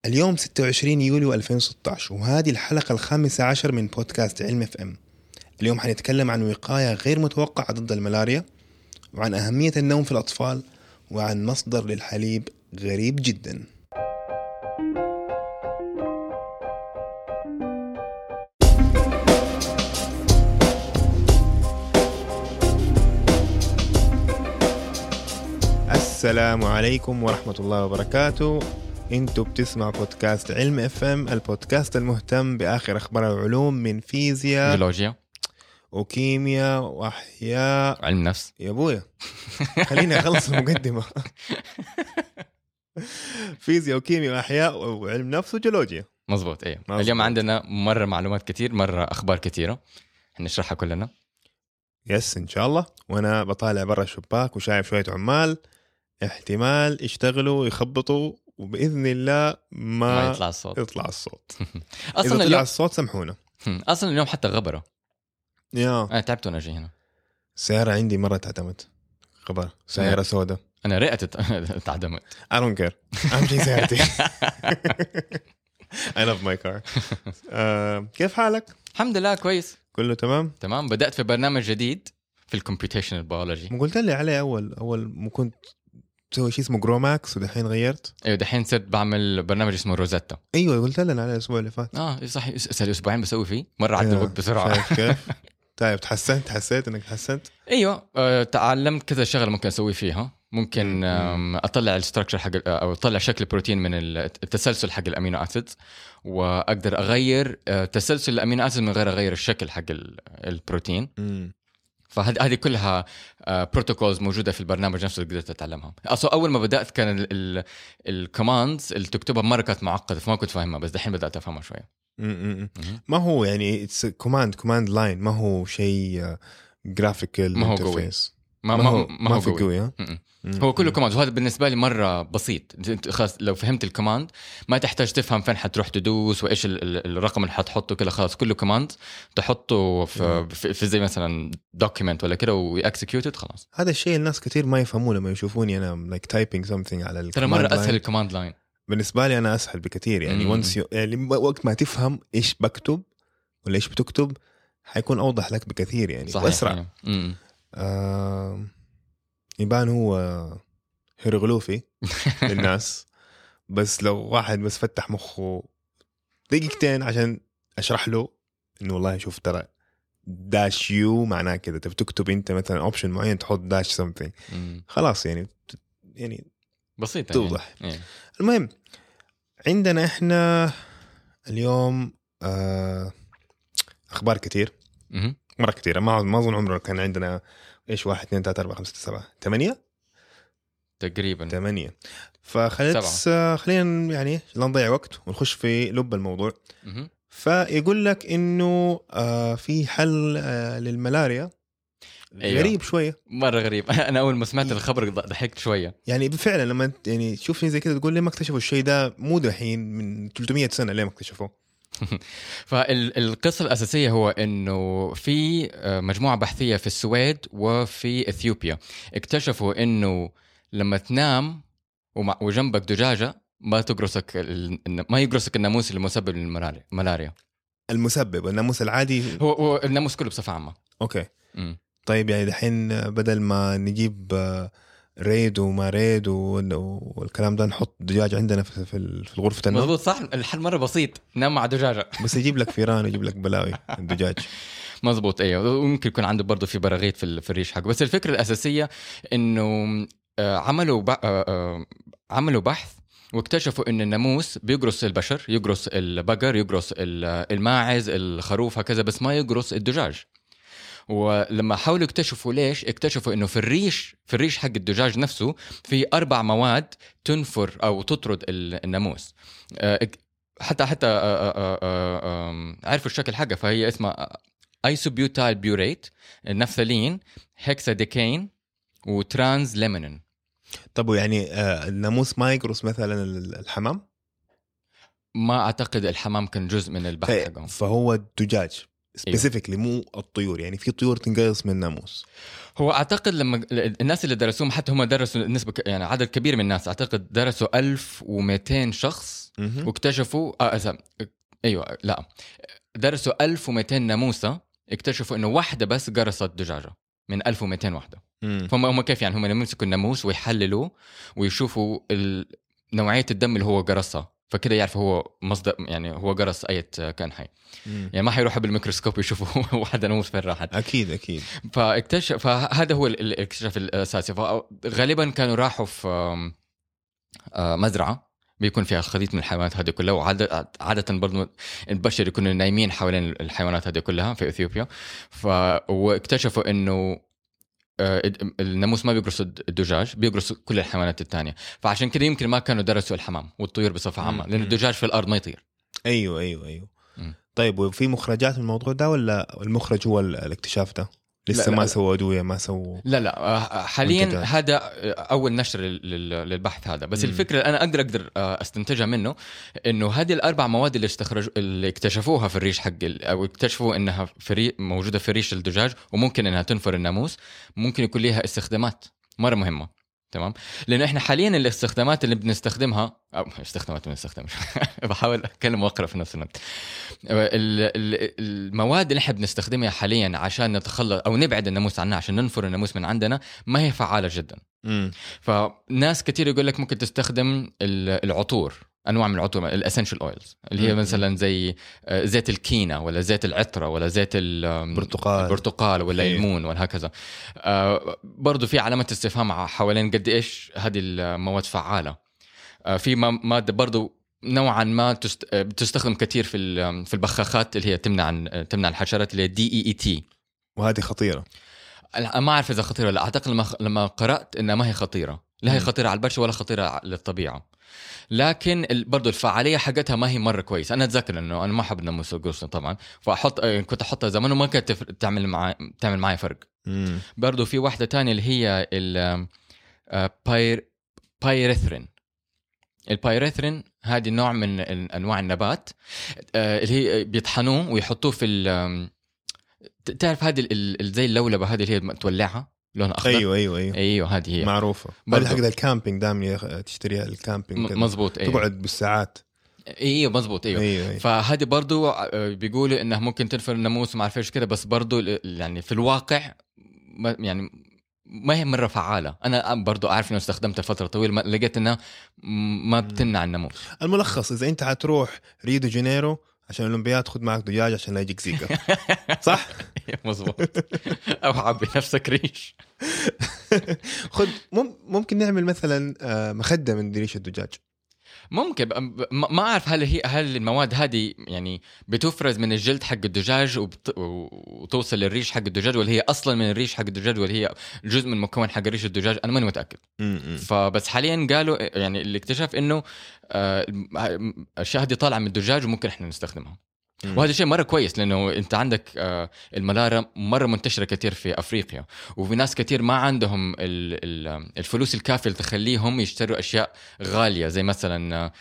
اليوم 26 يوليو 2016 وهذه الحلقة 15 من بودكاست علم اف ام. اليوم حنتكلم عن وقاية غير متوقعة ضد الملاريا، وعن أهمية النوم في الأطفال، وعن مصدر للحليب غريب جدا. السلام عليكم ورحمة الله وبركاته. انتوا بتسمعوا بودكاست علم اف ام، البودكاست المهتم بآخر أخبار العلوم من فيزياء جيولوجيا وكيمياء وأحياء. علم نفس يا أبويا خليني أخلص المقدمة. فيزياء وكيمياء وأحياء وعلم نفس وجيولوجيا. مزبوط. ايه مزبوط. اليوم عندنا مرة معلومات كتير، مرة أخبار كتيرة هنشرحها كلنا. يس إن شاء الله. وأنا بطالع برا الشباك وشايف شوية عمال احتمال يشتغلوا يخبطوا، وبإذن الله ما ما يطلع الصوت. يطلع الصوت. إذا أصلا طلع اليوم الصوت سامحونا. أصلا اليوم حتى غبرة. يا أنا تعبت وأنا جاي هنا. سيارة عندي مرة تعتمد خبر، سيارة سوداء. أنا رئت تعدمت. I don't care. أهم شيء سيارتي. I love my car. كيف حالك؟ الحمد لله كويس كله تمام؟ تمام. بدأت في برنامج جديد في الكمبيوتيشنال بيولوجي. ما قلت لي عليه أول مو كنت تسوي شيء اسمه جروماكس ودحين غيرت؟ أيوة دحين صرت بعمل برنامج اسمه روزيتا. أيوة قلت لنا عليه الأسبوع اللي فات. صح، صار لي أسبوعين بسوي فيه، مرة عدى الوقت بسرعة. شايف كيف؟ طيب حسيت إنك تحسنت؟ ايوه تعلمت كذا شغله ممكن اسوي فيها. ممكن اطلع الستراكشر حق او اطلع شكل البروتين من التسلسل حق الامينو اسيدز، واقدر اغير تسلسل الامينو اسيد من غير اغير الشكل حق البروتين. فهذه كلها بروتوكولز موجوده في البرنامج نفسه اللي قدرت اتعلمها. اصلا اول ما بدات كان الكوماندز اللي تكتبها مره كانت معقده، فما كنت فاهمها، بس دحين بدات افهمها شويه. ما هو يعني كوماند لاين، ما هو شيء جرافيكال ما هو انترفيس. ما هو في قوي. هو كله كوماند، وهذا بالنسبه لي مره بسيط. خلاص لو فهمت الكوماند ما تحتاج تفهم فين حتروح تدوس وايش الرقم اللي حتحطه كده. خلاص كله كوماند تحطه في زي مثلا دوكيمنت ولا كده ويأكسكيوتد. خلاص هذا الشيء الناس كتير ما يفهمونه لما يشوفوني انا like typing something على الكوماند. ترى مره اسهل الكوماند لاين بالنسبه لي. انا اسهل بكثير يعني يعني وقت ما تفهم ايش بكتب ولا ايش بتكتب حيكون اوضح لك بكثير يعني واسرع. يبان هو هيروغليفي للناس، بس لو واحد بس فتح مخه دقيقتين عشان اشرح له انه والله شوف ترى داش يو معناه كده، تبي تكتب انت مثلا اوبشن معين تحط داش something، خلاص يعني بسيطه توضح يعني. المهم عندنا احنا اليوم اخبار كتير، مرة كتيرة. ما أظن عمره كان عندنا إيش 1 2 3 4 5 6 7 8 تقريبا 8. فخلينا يعني لا نضيع وقت ونخش في لب الموضوع. فيقول لك إنه في حل للملاريا. أيوة. غريب شوية، مرة غريب. أنا أول ما سمعت الخبر ضحكت شوية. يعني فعلا لما يعني تشوفني زي كده تقول ليه ما اكتشفوا الشيء ده مو دحين من 300 سنة، ليه ما اكتشفوه؟ فالقصة الأساسية هو إنه في مجموعة بحثية في السويد وفي إثيوبيا اكتشفوا إنه لما تنام وجنبك دجاجة ما يقرصك الناموس اللي مسبب للملاريا. المسبب الناموس العادي هو الناموس كله بصفة عامة. أوكي. طيب يعني دحين بدل ما نجيب ريد وما ريد والكلام ده نحط دجاج عندنا في غرفة النوم. مظبوط صح. الحل مرة بسيط، نام مع دجاجة. بس يجيب لك فيران ويجيب لك بلاوي الدجاج. مظبوط أيوة. وممكن يكون عنده برضو في براغيث في الريش حقه. بس الفكرة الأساسية إنه عملوا بحث واكتشفوا إن الناموس بيقرص البشر، يقرص البقر، يقرص الماعز، الخروف هكذا، بس ما يقرص الدجاج. ولما حاولوا يكتشفوا ليش، اكتشفوا انه في الريش حق الدجاج نفسه في 4 مواد تنفر او تطرد الناموس. حتى عرفوا الشكل حقها، فهي اسمها ايسوبيوتايل بيوريت، النفثالين، هكساديكين، وترانز ليمونين. طب يعني الناموس ما يقرص مثلا الحمام؟ ما اعتقد الحمام كان جزء من البحث حقهم. فهو الدجاج سبيسيفيكلي مو الطيور، يعني في طيور تنقرص من الناموس. هو اعتقد لما الناس اللي درسوهم حتى هم درسوا نسبه يعني عدد كبير من الناس، اعتقد درسوا 1200 شخص واكتشفوا ايوه لا درسوا 1200 ناموسه، اكتشفوا انه واحده بس قرصت دجاجه من 1200 واحده. فهم كيف يعني هم يمسكوا الناموس ويحللوا ويشوفوا نوعيه الدم اللي هو قرصها، فكده يعرف هو مصدر يعني هو قرص اي كائن حي. يعني ما حيروحوا بالميكروسكوب يشوفوا واحده ناموس فين راحت. اكيد فهذا هو الاكتشاف الاساسي. فغالبا كانوا راحوا في مزرعه بيكون فيها خليط من الحيوانات هذه كلها، وعادة برضو البشر يكونوا نايمين حوالين الحيوانات هذه كلها في اثيوبيا. واكتشفوا انه الناموس ما بيقرص الدجاج، بيقرص كل الحيوانات الثانيه. فعشان كده يمكن ما كانوا درسوا الحمام والطيور بصفه عامه، لان الدجاج في الارض ما يطير. ايوه. طيب وفي مخرجات من الموضوع ده ولا المخرج هو الاكتشاف ده لسه ما سووا أدوية ما سووا؟ لا حاليا منتجات. هذا أول نشر للبحث هذا. بس الفكرة أنا أقدر أستنتجها منه إنه هذه الأربع مواد اللي اكتشفوها في الريش حق أو اكتشفوا إنها موجودة في ريش الدجاج وممكن إنها تنفر الناموس، ممكن يكون لها استخدامات مرة مهمة. تمام، لأنه إحنا حاليا الاستخدامات اللي بنستخدمها بحاول أتكلم وأقرأ في نفس الوقت. المواد اللي إحنا بنستخدمها حاليا عشان نتخلص أو نبعد الناموس عنها، عشان ننفر الناموس من عندنا، ما هي فعالة جدا. فناس كتير يقول لك ممكن تستخدم العطور، انواع من العطور الاسنشال اويلز اللي هي مثلا زي زيت الكينا ولا زيت العطره ولا زيت البرتقال ولا الليمون ولا هكذا. برضو في علامه استفهام حوالين قد ايش هذه المواد فعاله. في ماده برضو نوعا ما بتستخدم كثير في البخاخات اللي هي تمنع الحشرات، اللي هي DEET، وهذه خطيره. ما اعرف اذا خطيره ولا، اعتقد لما قرات انها ما هي خطيره، لا هي خطيره على البشر ولا خطيره للطبيعه، لكن برضو الفعاليه حقتها ما هي مره كويس. انا اتذكر انه انا ما احب الناموس والقرص طبعا، كنت احطها زمان وما كانت تعمل معي فرق. برضو في واحده تانية اللي هي البايريثرين. البايريثرين هذه نوع من انواع النبات اللي هي بيطحنوه ويحطوه في تعرف هذه زي اللولبه هذه اللي هي تولعها لونها اخضر. ايوه هذه هي معروفه، هذه حق الكامبينج دائما تشتريها الكامبينج مزبوط. تقعد بالساعات. ايوه مزبوط. ايوه. فهذه برضو بيقولوا انها ممكن تنفر الناموس ما عارفش كده، بس برضو يعني في الواقع يعني ما هي مره فعاله. انا برضو اعرف انه استخدمتها فتره طويله، لقيت انها ما بتمنع الناموس. الملخص اذا انت هتروح ريو دي جانيرو عشان الأولمبياد خد معك دجاج عشان لا يجيك زيكا. صح؟ مظبوط. أو عبي نفسك ريش. خد ممكن نعمل مثلا مخدة من ريش الدجاج. ممكن ما أعرف هل المواد هذه يعني بتفرز من الجلد حق الدجاج وتوصل للريش حق الدجاج، ولا هي أصلا من الريش حق الدجاج، ولا هي جزء من مكون حق ريش الدجاج؟ أنا ماني متأكد. فبس حاليا قالوا يعني اللي اكتشف إنه الأشياء هذه طالعة من الدجاج وممكن إحنا نستخدمها. وهذا شيء مرة كويس، لأنه أنت عندك الملاريا مرة منتشرة كتير في أفريقيا، وفي ناس كتير ما عندهم الفلوس الكافية تخليهم يشتروا أشياء غالية زي مثلا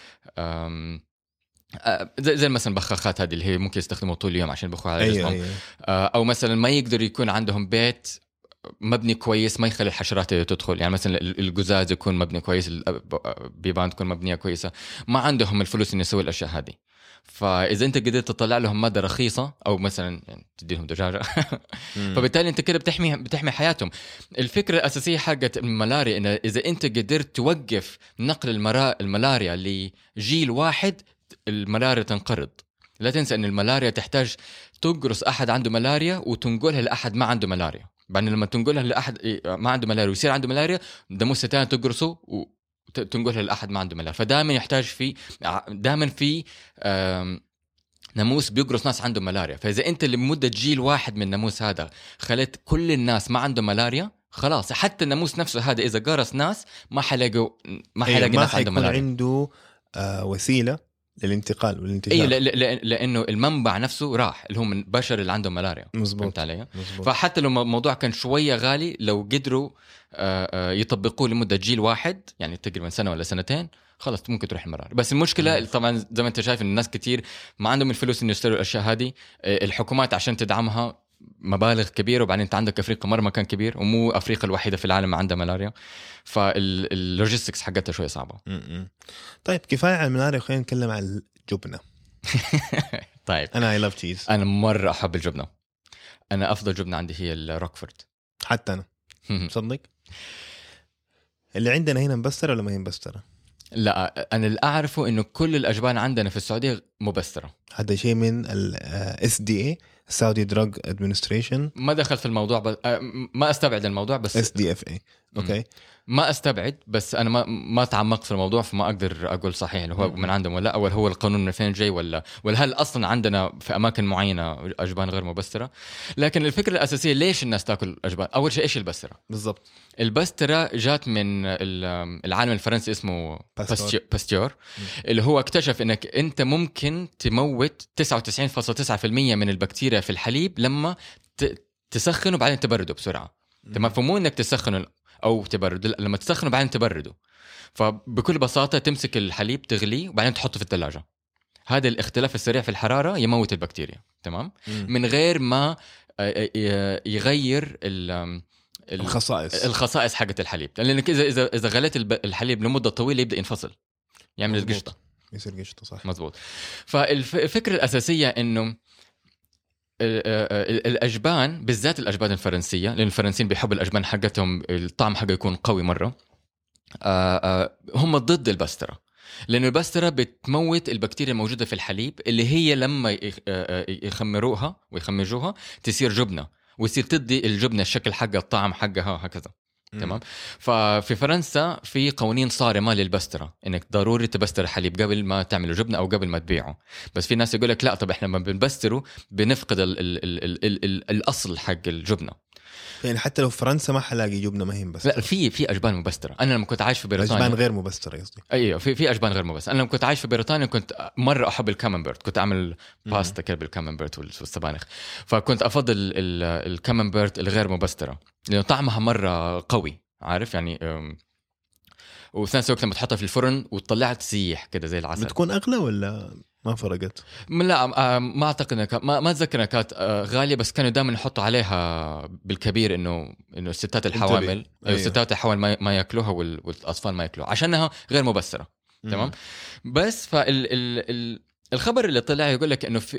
زي مثلا بخاخات هذه اللي هي ممكن يستخدموا طول اليوم عشان يبخوا على جسمهم. أو مثلا ما يقدر يكون عندهم بيت مبني كويس ما يخلي الحشرات تدخل، يعني مثلا القزاز يكون مبني كويس، البيبان تكون مبنية كويسة، ما عندهم الفلوس إن يسوي الأشياء هذه. فإذا أنت قدرت تطلع لهم مادة رخيصة أو مثلا يعني تديلهم دجاجة فبالتالي أنت كده بتحمي حياتهم. الفكرة الأساسية حقت الملاريا إن إذا أنت قدرت توقف نقل الملاريا لجيل واحد، الملاريا تنقرض. لا تنسى أن الملاريا تحتاج تقرص أحد عنده ملاريا وتنقلها لأحد ما عنده ملاريا. بعدين لما تنقلها لأحد ما عنده ملاريا ويصير عنده ملاريا، ناموس ثاني تقرصه تنقلها لأحد ما عنده ملاريا. فدائما يحتاج في ناموس بيقرص ناس عنده ملاريا. فإذا أنت لمدة جيل واحد من الناموس هذا خليت كل الناس ما عنده ملاريا، خلاص حتى الناموس نفسه هذا إذا قرص ناس ما حلاقي ناس عنده ملاريا. عنده وسيلة للانتقال والانتشار. لأنه المنبع نفسه راح، اللي هم البشر اللي عندهم ملاريا. مزبوط. فحتى لو الموضوع كان شوية غالي، لو قدروا يطبقوه لمدة جيل واحد، يعني تقريبا سنة ولا سنتين، خلاص ممكن تروح المرارة. بس المشكلة طبعا زي ما انت شايف الناس كتير ما عندهم الفلوس انه يشتروا الاشياء هذه. الحكومات عشان تدعمها مبالغ كبيرة، وبعدين انت عندك افريقيا مرة مكان كبير، ومو افريقيا الوحيدة في العالم عندها ملاريا، فاللوجيستكس حقتها شوية صعبة. طيب كفاية عن الملاريا، خلينا نتكلم عن الجبنة. طيب انا I love cheese. انا مرة احب الجبنة. انا افضل جبنة عندي هي الروكفورد. حتى انا صدق. اللي عندنا هنا مبسترة ولا ما هي مبسترة؟ لا انا اللي اعرفه انه كل الاجبان عندنا في السعودية مبسترة. هذا شيء من ال SDA Saudi Drug Administration. ما دخل في الموضوع ما استبعد الموضوع بس SDFA. اوكي ما استبعد، بس انا ما تعمقت في الموضوع، فما اقدر اقول صحيح انه هو من عندهم ولا، او هو القانون من فين جاي، ولا هل اصلا عندنا في اماكن معينه اجبان غير مبستره. لكن الفكره الاساسيه ليش الناس تاكل اجبان، اول شيء ايش البستره بالضبط. البستره جات من العالم الفرنسي اسمه باستيور اللي هو اكتشف انك انت ممكن تموت 99.9% من البكتيريا في الحليب لما تسخنه وبعدين تبرده بسرعه. تمام، فمو انك تسخنه او تبرده، لما تسخنه بعدين تبرده. فبكل بساطه تمسك الحليب تغليه وبعدين تحطه في الثلاجه. هذا الاختلاف السريع في الحراره يموت البكتيريا. تمام، من غير ما يغير الخصائص حقت الحليب، لانك اذا غليت الحليب لمده طويله يبدا ينفصل، يعمل القشطه، يصير قشطه. صح، مزبوط. فالفكره الاساسيه انه الأجبان بالذات الأجبان الفرنسية، لأن الفرنسيين بيحبوا الأجبان حقتهم الطعم حقه يكون قوي مرة، هم ضد البسترة، لأن البسترة بتموت البكتيريا الموجودة في الحليب اللي هي لما يخمروها ويخمجوها تصير جبنة، ويصير تدي الجبنة الشكل حقها الطعم حقها هكذا. تمام. ففي فرنسا في قوانين صارمة للبسترة، انك ضروري تبستر الحليب قبل ما تعمله جبنة او قبل ما تبيعه. بس في ناس يقولك لا، طب احنا لما بنبستره بنفقد الاصل حق الجبنة. يعني حتى لو فرنسا ما حلاقي جبنة ما هي مبسترة. لا، في اجبان مبسترة. انا لما كنت عايش في بريطانيا اجبان غير مبسترة قصدي. ايوه، في اجبان غير مبسترة. انا لما كنت عايش في بريطانيا كنت مرة احب الكاممبرت، كنت اعمل باستا كده بالكاممبرت والسبانخ، فكنت افضل الكاممبرت الغير مبسترة لانه طعمها مرة قوي، عارف يعني. وفي نفس الوقت لما تحطها في الفرن وتطلعها تسيح كده زي العسل. بتكون أغلى ولا ما فرقت؟ لا ما أعتقد إنها ما أتذكر إنها كانت غالية، بس كانوا دائما يحطوا عليها بالكبير إنه الستات الحوامل الستات الحوامل ما يأكلوها والأطفال ما يأكلوها عشانها غير مبسترة. تمام. بس الخبر اللي طلع يقول لك إنه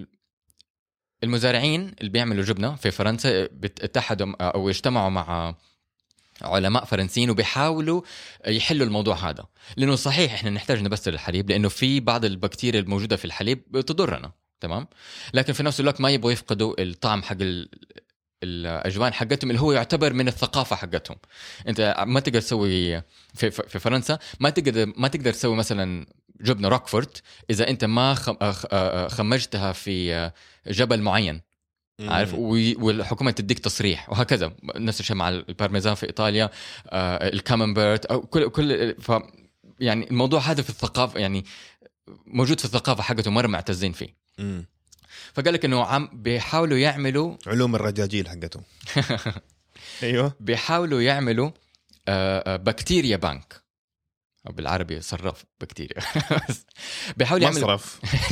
المزارعين اللي بيعملوا جبنة في فرنسا اتحدوا أو اجتمعوا مع علماء فرنسيين وبيحاولوا يحلوا الموضوع هذا، لأنه صحيح إحنا نحتاج نبستر الحليب لأنه في بعض البكتيريا الموجودة في الحليب تضرنا. تمام. لكن في نفس الوقت ما يبغوا يفقدوا الطعم حق الأجوان حقتهم اللي هو يعتبر من الثقافة حقتهم. أنت ما تقدر تسوي في فرنسا ما تقدر تسوي مثلا جبنة روكفورد إذا أنت ما خمجتها في جبل معين، عارف، والحكومة تديك تصريح وهكذا. نفس الشيء مع البارميزان في إيطاليا، الكاممبرت أو كل يعني الموضوع هذا في الثقافة، يعني موجود في الثقافة حقته، مرة معتزين فيه. فقال لك إنه بيحاولوا يعملوا علوم الرجاجيل حقتهم. أيوة، بيحاولوا يعملوا بكتيريا بانك، أو بالعربي صرف بكتيريا. بيحاول يعمل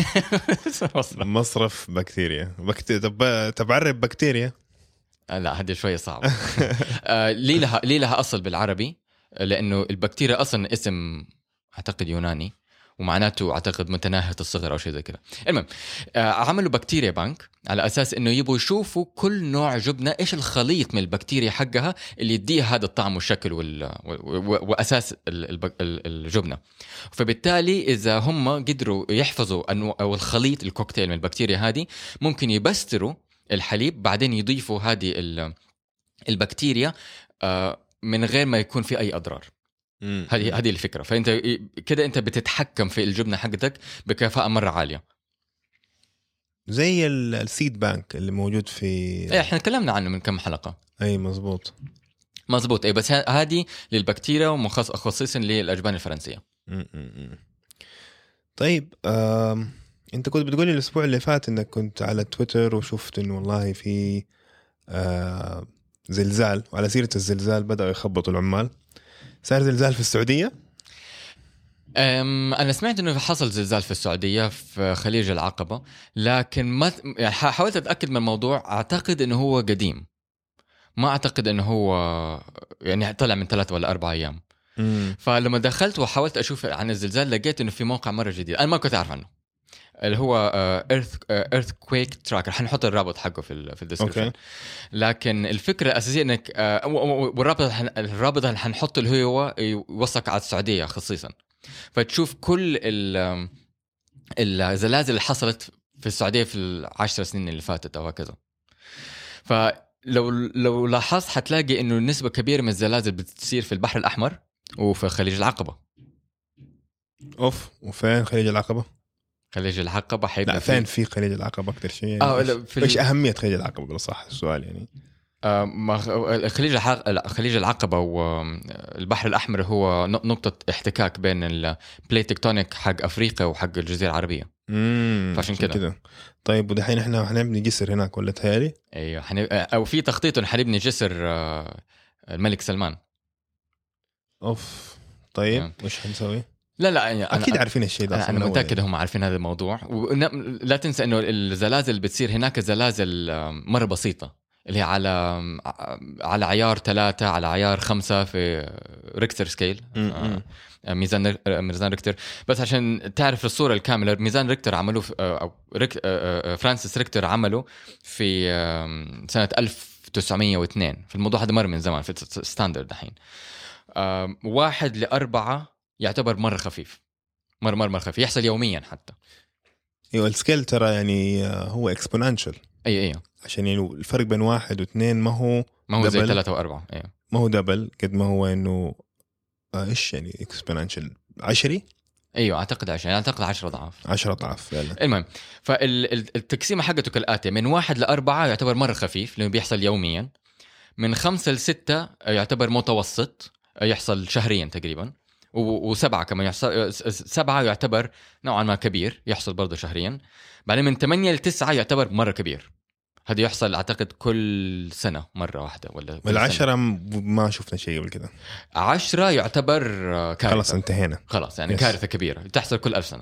مصرف بكتيريا. تبعرب بكتيريا. لا هذه شوية صعبة. ليه لها أصل بالعربي، لأنه البكتيريا أصلا اسم أعتقد يوناني، ومعناته أعتقد متناهية الصغر أو شيء زي كذا. المهم عملوا بكتيريا بانك على أساس إنه يبغوا يشوفوا كل نوع جبنة إيش الخليط من البكتيريا حقها اللي يديها هذا الطعم والشكل وأساس الجبنة. فبالتالي إذا هم قدروا يحفظوا أو الخليط الكوكتيل من البكتيريا هذه، ممكن يبستروا الحليب بعدين يضيفوا هذه البكتيريا من غير ما يكون في أي أضرار. هذه الفكرة. فأنت كده أنت بتتحكم في الجبنة حقتك بكفاءة مرة عالية، زي السيد بانك اللي موجود في احنا تكلمنا عنه من كم حلقة. أي مزبوط. أي بس هذه للبكتيريا وخصيصا للأجبان الفرنسية. طيب أنت كنت بتقولي الأسبوع اللي فات إنك كنت على تويتر وشفت إنه والله في زلزال، وعلى سيرة الزلزال بدأوا يخبطوا العمال. صار زلزال في السعودية؟ أنا سمعت إنه حصل زلزال في السعودية في خليج العقبة، لكن ما يعني حاولت أتأكد من الموضوع. أعتقد إنه هو قديم، ما أعتقد إنه هو يعني طلع من 3 ولا 4 أيام. فلما دخلت وحاولت أشوف عن الزلزال لقيت إنه في موقع مرة جديد أنا ما كنت أعرف عنه، اللي هو Earthquake Tracker. حنحط الرابط حقه في الديسكريبشن. لكن الفكرة الأساسية إنك والرابط اللي حنحطه اللي هو يوصلك على السعودية خصيصا، فتشوف كل الزلازل اللي حصلت في السعودية في 10 سنين اللي فاتت أو هكذا. فلو لاحظت حتلاقي إنه نسبة كبيرة من الزلازل بتصير في البحر الأحمر وفي خليج العقبة. وفين خليج العقبة؟ خليج العقبة حيبقى لا فين في خليج العقبة أكتر شيء يعني إيش أهمية خليج العقبة بالصح السؤال يعني؟ خليج العقبة والبحر الأحمر هو نقطة احتكاك بين البليت تكتونيك حق أفريقيا وحق الجزيرة العربية. فعشان كده. طيب ودحين إحنا حنبني جسر هناك ولا تهيالي؟ أيوة أو في تخطيط إنه حنبني جسر الملك سلمان. طيب وش حنسوي؟ لا يعني أكيد عارفين الشيء ده. أنا متأكد هم عارفين هذا الموضوع. لا تنسى إنه الزلازل بتصير هناك زلازل مرة بسيطة اللي هي على عيار 3 على عيار 5 في ريكتر سكيل، ميزان ريكتر. بس عشان تعرف الصورة الكاملة، ميزان ريكتر عملوه فرانسيس ريكتر عمله في سنة 1902. في الموضوع هذا مر من زمان في ستاندرد الحين. 1/4 يعتبر مرة خفيف، مرة خفيف، يحصل يوميا حتى. ايوه السكيل ترى يعني هو اكسبوننشال. ايوه عشان يعني الفرق بين 1 و2 ما هو زي 3 و4. ايوه ما هو دبل قد ما هو انه ايش يعني اكسبوننشال 10. ايوه اعتقد 10، يعني اعتقد 10 أضعاف 10 أضعاف فعلا. المهم فالتقسيمه حقته كالاتي: من 1 ل4 يعتبر مره خفيف لانه بيحصل يوميا، من 5 ل6 يعتبر متوسط يحصل شهريا تقريبا، و7 كمان يحصل 7 يعتبر نوعا ما كبير يحصل برضه شهريا. بعدين من 8 ل9 يعتبر مره كبير، هذا يحصل أعتقد كل سنة مرة واحدة ولا 10 ما شفنا شيء قبل كده. 10 يعتبر كارثة، خلاص انتهينا خلاص يعني كارثة كبيرة تحصل كل 1000 سنة.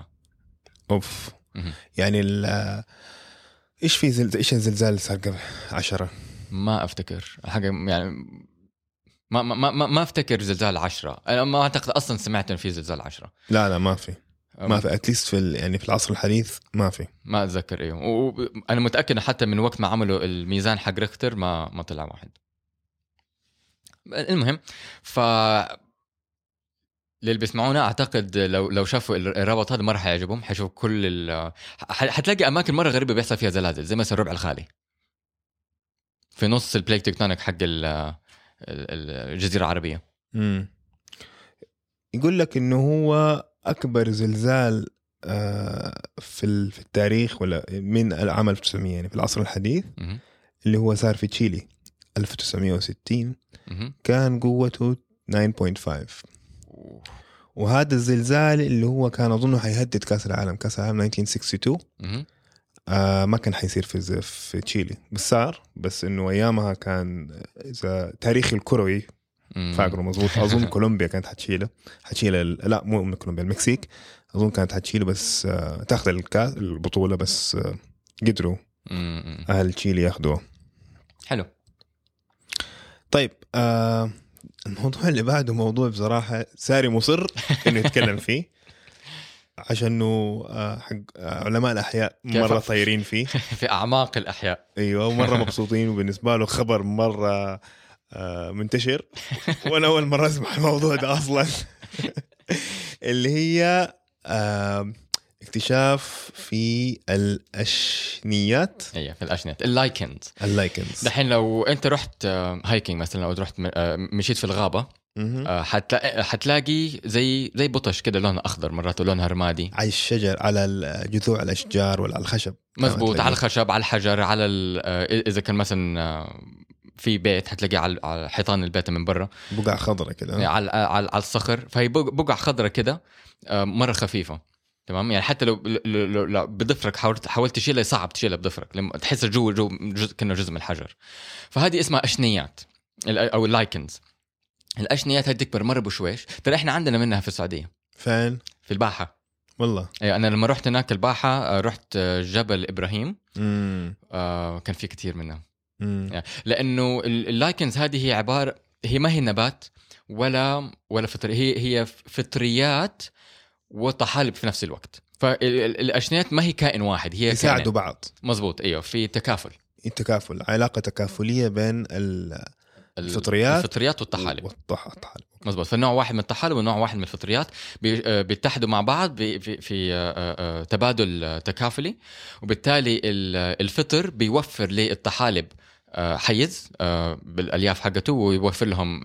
يعني إيش في إيش الزلزال صار قبل 10؟ ما أفتكر حاجة يعني ما أفتكر زلزال 10. أنا ما أعتقد أصلا سمعت إن في زلزال 10. لا ما في اتليست في يعني في العصر الحديث ما أتذكر. ايوه وانا متاكد حتى من وقت ما عملوا الميزان حق ريختر ما طلع واحد. المهم اللي بيسمعونا اعتقد لو شافوا الرابط هذا مره حيعجبهم، حيشوفوا كل حتلاقي اماكن مره غريبه بيحصل فيها زلازل، زي مثلا ربع الخالي في نص البليت تكتونيك حق الجزيره العربيه. يقول لك انه هو اكبر زلزال في التاريخ ولا من العام 1900 يعني في العصر الحديث اللي هو صار في تشيلي 1960 كان قوته 9.5. وهذا الزلزال اللي هو كان أظنه حيهدد كأس العالم 1962 ما كان حيصير في تشيلي بس صار. بس إنه أيامها كان إذا تاريخ الكروي فاكره مظبوط أظن كولومبيا كانت حتشيله لا مو من كولومبيا، المكسيك أظن كانت حتشيله بس تاخذ البطولة بس قدروا أهل تشيلي ياخدوه. حلو. طيب الموضوع اللي بعده موضوع بصراحة ساري مصر إنه يتكلم فيه عشانه حق علماء الأحياء مرة طايرين فيه في أعماق الأحياء. أيوة ومرة مبسوطين وبالنسبة له خبر مرة منتشر وأنا أول مرة أسمع الموضوع ده أصلا اللي هي اكتشاف في الأشنيات. ايه في الأشنيات اللايكنز. دحين لو أنت رحت هايكينج مثلا أو رحت مشيت في الغابة حتلاقي زي بطش كده لونه أخضر مرات ولونها رمادي على الشجر على جذوع الأشجار ولا على الخشب. مزبوط على الخشب على الحجر على إذا كان مثلا في بيت حتلاقي على حيطان البيت من برا بقع خضرة كده على الصخر. فهي بقع خضرة كده مرة خفيفة تمام. يعني حتى لو بضفرك حاولت تشيلها صعب تشيلها بضفرك لما تحس جو كأنه جزء من الحجر. فهذه اسمها أشنيات أو اللايكنز. الأشنيات هذه تكبر مرة بشويش. ترى إحنا عندنا منها في السعودية فين؟ في الباحة. والله انا لما رحت هناك الباحة رحت جبل ابراهيم. امم كان في كتير منهم. لانه اللايكنز هذه هي عباره، هي ما هي نبات ولا فطر، هي فطريات وطحالب في نفس الوقت. فالاشنات ما هي كائن واحد، هي يساعدوا بعض. مظبوط، ايوه، في تكافل. التكافل، علاقه تكافليه بين الفطريات والطحالب. والطحالب. مظبوط. فنوع واحد من الطحالب ونوع واحد من الفطريات بيتحدوا مع بعض في تبادل تكافلي، وبالتالي الفطر بيوفر للطحالب حيز بالالياف حقته، ويوفر لهم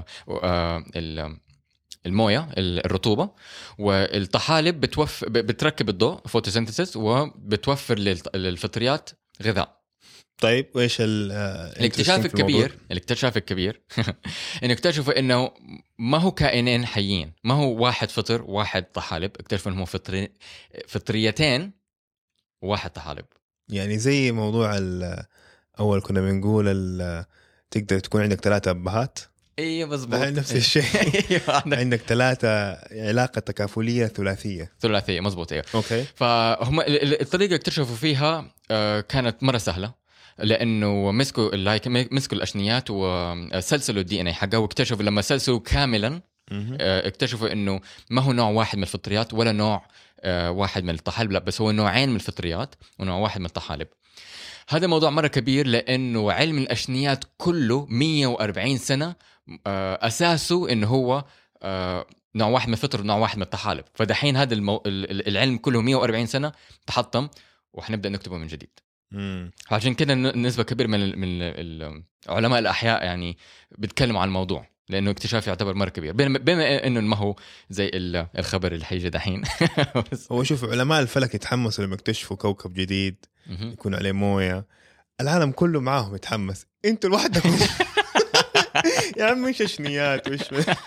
المويه الرطوبه، والطحالب بتركب الضوء فوتوسينثيسيس، وبتوفر للفطريات غذاء. طيب وايش الاكتشاف الكبير انه اكتشفوا انه ما هو كائنين حيين، ما هو واحد فطر واحد طحالب، اكتشفوا انه فطريتين وواحد طحالب. يعني زي موضوع اول كنا بنقول تقدر تكون عندك 3 ابهات. ايوه مظبوط، نفس الشيء. عندك 3 علاقه تكافليه ثلاثيه مظبوط. ايوه اوكي. فهم الطريقه اكتشفوا فيها كانت مره سهله، لانه مسكوا الاشنيات وسلسلوا الدي ان اي حقها، واكتشفوا لما سلسلوا كاملا اكتشفوا انه ما هو نوع واحد من الفطريات ولا نوع واحد من الطحالب، لا بس هو نوعين من الفطريات ونوع واحد من الطحالب. هذا موضوع مرة كبير، لأنه علم الأشنيات كله 140 سنة أساسه إنه هو نوع واحد من الفطر ونوع واحد من الطحالب. فدحين هذا العلم كله 140 سنة تحطم، وحنبدأ نكتبه من جديد. عشان كده نسبة كبيرة من علماء الأحياء يعني بيتكلموا عن الموضوع، لأنه اكتشاف يعتبر مرة كبير، بما إنه ما هو زي الخبر اللي حيجي دحين. هو شوف، علماء الفلك يتحمسوا لما يكتشفوا كوكب جديد يكون عليه موية، العالم كله معاهم يتحمس، انتوا لوحدكم. يا عم مش اشنيات وش.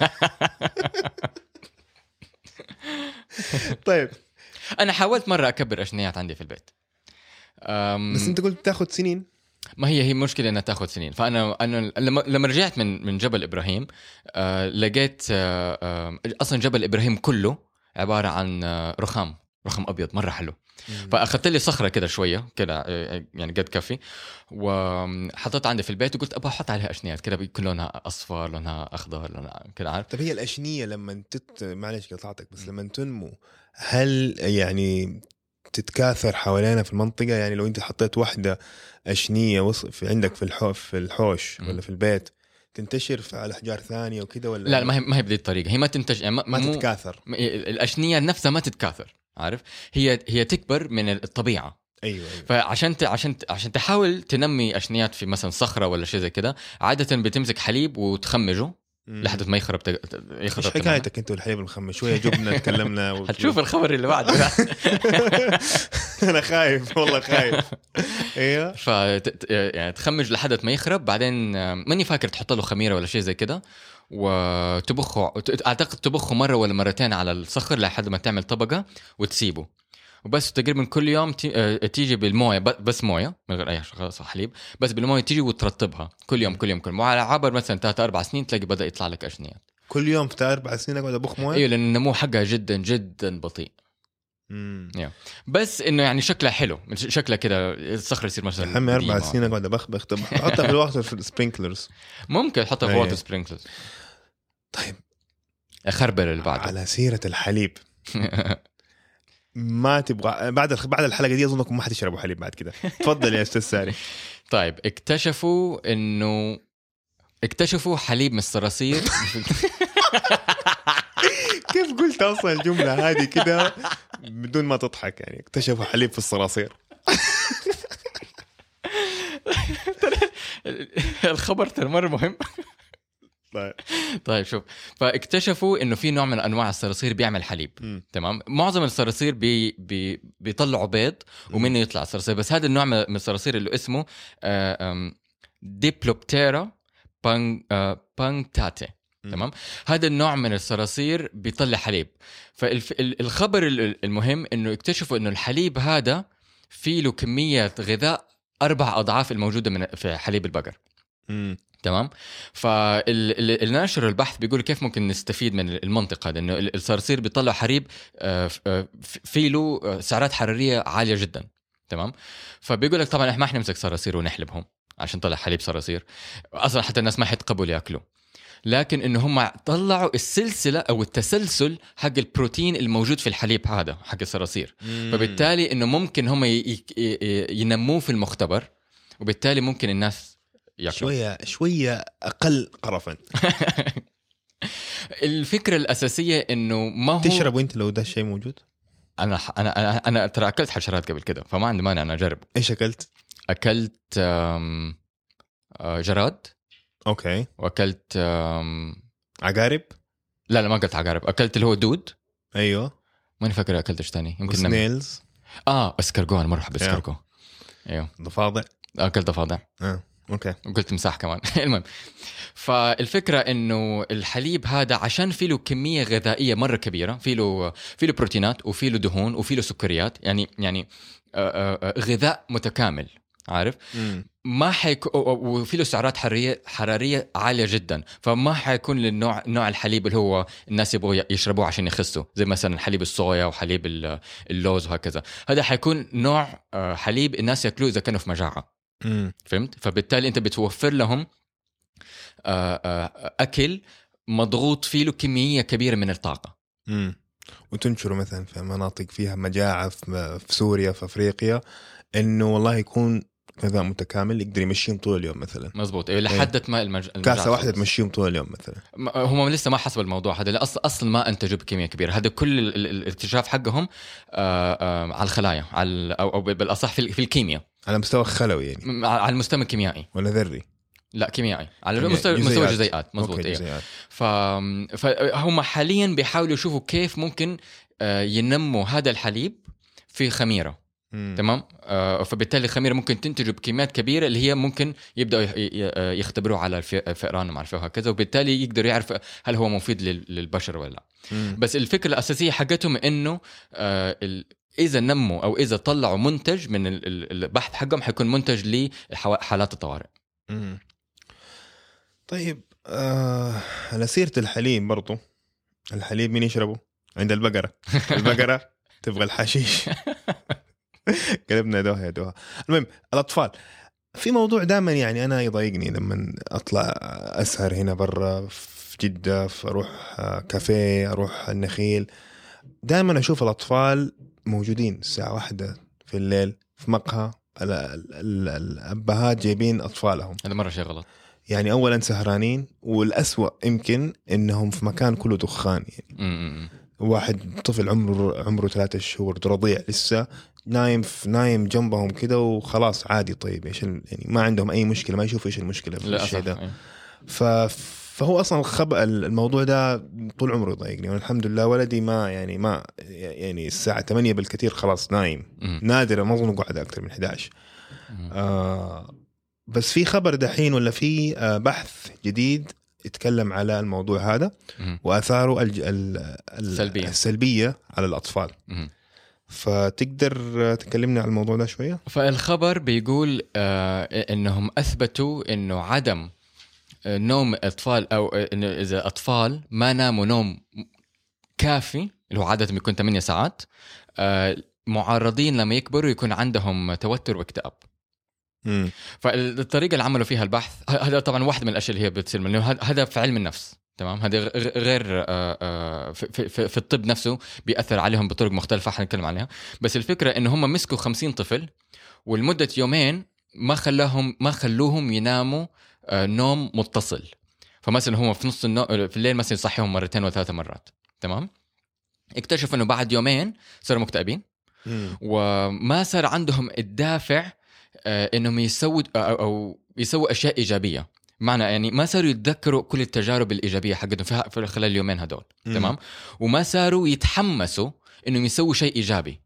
طيب انا حاولت مره اكبر اشنيات عندي في البيت، بس انت قلت تاخذ سنين. ما هي مشكله انها تاخذ سنين. فانا لما رجعت من جبل ابراهيم لقيت اصلا جبل ابراهيم كله عباره عن رخام ابيض مره حلو. فاخذت لي صخره كده شويه كده يعني قد كفي، وحطيتها عندي في البيت، وقلت ابغى احط عليها اشنيات كده بيكون لونها اصفر لونها اخضر لونها كده، عارف. طب هي الاشنيه لما معلش قطعتك، بس لما تنمو هل يعني تتكاثر حوالينا في المنطقه؟ يعني لو انت حطيت واحده اشنيه في عندك في الحوش ولا في البيت، تنتشر على احجار ثانيه وكده ولا لا ما هي بهذه الطريقه، هي ما تنتشر يعني ما تتكاثر. الاشنيه نفسها ما تتكاثر، عارف. هي تكبر من الطبيعه. ايوه. عشان تحاول تنمي اشنيات في مثلا صخره ولا شيء زي كده، عاده بتمسك حليب وتخمجه لحد ما يخرب. ايش حكايتك انت والحليب المخمج؟ شويه جبنا تكلمنا هتشوف الخبر اللي بعده. انا خايف والله خايف. ايوه. يعني تخمج لحد ما يخرب، بعدين ماني فاكر تحط له خميره ولا شيء زي كده، وتبخه. اعتقد تبخه مره ولا مرتين على الصخر لحد ما تعمل طبقه وتسيبه، وبس. تقريبا كل يوم تيجي بالمويه، بس مويه من غير اي حليب، بس بالمويه تيجي وترطبها كل يوم وعلى عبر مثلا 3-4 سنين تلاقي بدا يطلع لك اشنيات. كل يوم في 4 سنين اقعد ابخ مويه. ايوه، لان النمو حقها جدا جدا بطيء. بس انه يعني شكلها حلو، شكلها كده الصخره يصير مثلا حمي 4 سنين اقعد ابخ. طب احطها في الوقت في السبرينكلرز، ممكن احطها في ووتر سبرينكلرز. طيب اخربر اللي بعده. على سيره الحليب، ما تبغى بعد الحلقه دي اظنكم ما حتشربوا حليب بعد كده. تفضل يا استاذ ساري. طيب اكتشفوا حليب من الصراصير. كيف قلت اصلا الجمله هذه كده بدون ما تضحك؟ يعني اكتشفوا حليب في الصراصير. الخبر ترى مره مهم. طيب شوف، فاكتشفوا انه في نوع من انواع الصراصير بيعمل حليب. تمام. معظم الصراصير بيطلعوا بيض ومنه يطلع صراصير، بس هذا النوع من الصراصير اللي اسمه ديبلوبتيرا بانكتاتي. تمام. هذا النوع من الصراصير بيطلع حليب. فالخبر المهم انه اكتشفوا انه الحليب هذا فيه له كمية غذاء 4 أضعاف الموجودة في حليب البقر. تمام. فاللي نشر البحث بيقول كيف ممكن نستفيد من المنطقة هذا، إنه الصراصير بيطلع حليب في له سعرات حرارية عالية جدا. تمام. فبيقول لك طبعا ما احنا نمسك صراصير ونحلبهم عشان طلع حليب صراصير، اصلا حتى الناس ما حتقبل ياكلوا، لكن انه هم طلعوا السلسله او التسلسل حق البروتين الموجود في الحليب هذا حق الصراصير. فبالتالي انه ممكن هم ينموه في المختبر، وبالتالي ممكن الناس ياكلوا شويه اقل قرفا. الفكره الاساسيه انه ما هو تشرب انت لو ده الشيء موجود. انا ترى اكلت حشرات قبل كده، فما عندي مانع انا اجرب. ايش اكلت؟ اكلت جراد. اوكي. واكلت عقارب. لا ما اكلت عقارب، اكلت اللي هو دود. ايوه ماني فاكر اكلت ايش ثاني، يمكن سنيلز. اسكرجو، انا مرحبا اسكرجو. ايوه ضفادع. اكلت ضفادع. اوكي. وقلت مساح كمان. المهم، فالفكره انه الحليب هذا عشان فيه له كميه غذائيه مره كبيره، فيه له بروتينات وفيه له دهون وفيه له سكريات، يعني غذاء متكامل، عارف. ما وفي له سعرات حراريه عاليه جدا، فما حيكون نوع الحليب اللي هو الناس يبغوا يشربوه عشان يخسوا، زي مثلا حليب الصويا وحليب اللوز وهكذا. هذا حيكون نوع حليب الناس ياكلوه اذا كانوا في مجاعه. فهمت؟ فبالتالي انت بتوفر لهم اكل مضغوط فيه له كميه كبيره من الطاقه. وتنشره مثلا في مناطق فيها مجاعه، في سوريا، في افريقيا، انه والله يكون غذاء متكامل يقدر يمشيهم طول اليوم مثلا. مظبوط. لحد ما كاسه واحده تمشيهم طول اليوم مثلا. هم لسه ما حسب الموضوع هذا، اصلا ما انتجوا بكميه كبيره. هذا كل الاكتشاف حقهم على الخلايا، او بالاصح في الكيمياء، على مستوى الخلوي يعني، على المستوى الكيميائي ولا ذري. لا كيميائي، على مستوى الجزيئات. مظبوط. إيه. فهم حاليا بيحاولوا يشوفوا كيف ممكن ينموا هذا الحليب في خميره. تمام. فبالتالي الخميره ممكن تنتج بكميات كبيره، اللي هي ممكن يبداوا يختبروه على الفئران وما عارفه هكذا، وبالتالي يقدروا يعرف هل هو مفيد للبشر ولا لا. بس الفكره الاساسيه حقتهم انه اذا نموا او اذا طلعوا منتج من البحث حقهم حيكون منتج لحالات الطوارئ. طيب على سيرة الحليب برضو، الحليب مين يشربه؟ عند البقرة تبغى الحشيش. قلبنا يدوها. المهم الأطفال، في موضوع دائما يعني أنا يضايقني لما أطلع أسهر هنا برا في جدة، أروح كافيه، أروح النخيل، دائما أشوف الأطفال موجودين الساعة 1 في الليل في مقهى، الأبهات جايبين أطفالهم. هذا مرة شيء غلط. يعني أولا سهرانين، والأسوأ يمكن إنهم في مكان كله دخان يعني. واحد طفل عمره 3 شهور رضيع لسه نايم جنبهم كده وخلاص عادي. طيب إيش يعني ما عندهم أي مشكلة، ما يشوفوا إيش المشكلة في الشيء ده. فهو أصلا الموضوع ده طول عمره يضايقني. والحمد لله ولدي ما يعني الساعة 8 بالكثير خلاص نايم. نادرا ما أظن قعد أكثر من 11. بس في خبر دحين ولا في بحث جديد يتكلم على الموضوع هذا وآثاره السلبية على الأطفال. فتقدر تكلمنا عن الموضوع ده شوية؟ فالخبر بيقول إنهم أثبتوا إنه عدم نوم الأطفال، أو إنه إذا أطفال ما ناموا نوم كافي اللي هو عادة بيكون 8 ساعات، معرضين لما يكبروا يكون عندهم توتر واكتئاب. فالطريقة اللي عملوا فيها البحث هذا طبعا واحدة من الأشياء اللي هي بتصير منه، هذا في علم النفس. تمام. هذا غير في الطب نفسه بيأثر عليهم بطرق مختلفة حنتكلم عليها. بس الفكرة إنه هم مسكوا 50 طفل ولمدة يومين ما خلوهم يناموا نوم متصل. فمثلا هم في نص في الليل مثلا يصحيهم 2 و 3 مرات. تمام. اكتشفوا إنه بعد يومين صاروا مكتئبين وما صار عندهم الدافع انهم يسووا اشياء ايجابيه. معنى يعني ما صاروا يتذكروا كل التجارب الايجابيه حقتهم في خلال اليومين هدول. تمام. وما صاروا يتحمسوا انهم يسووا شيء ايجابي.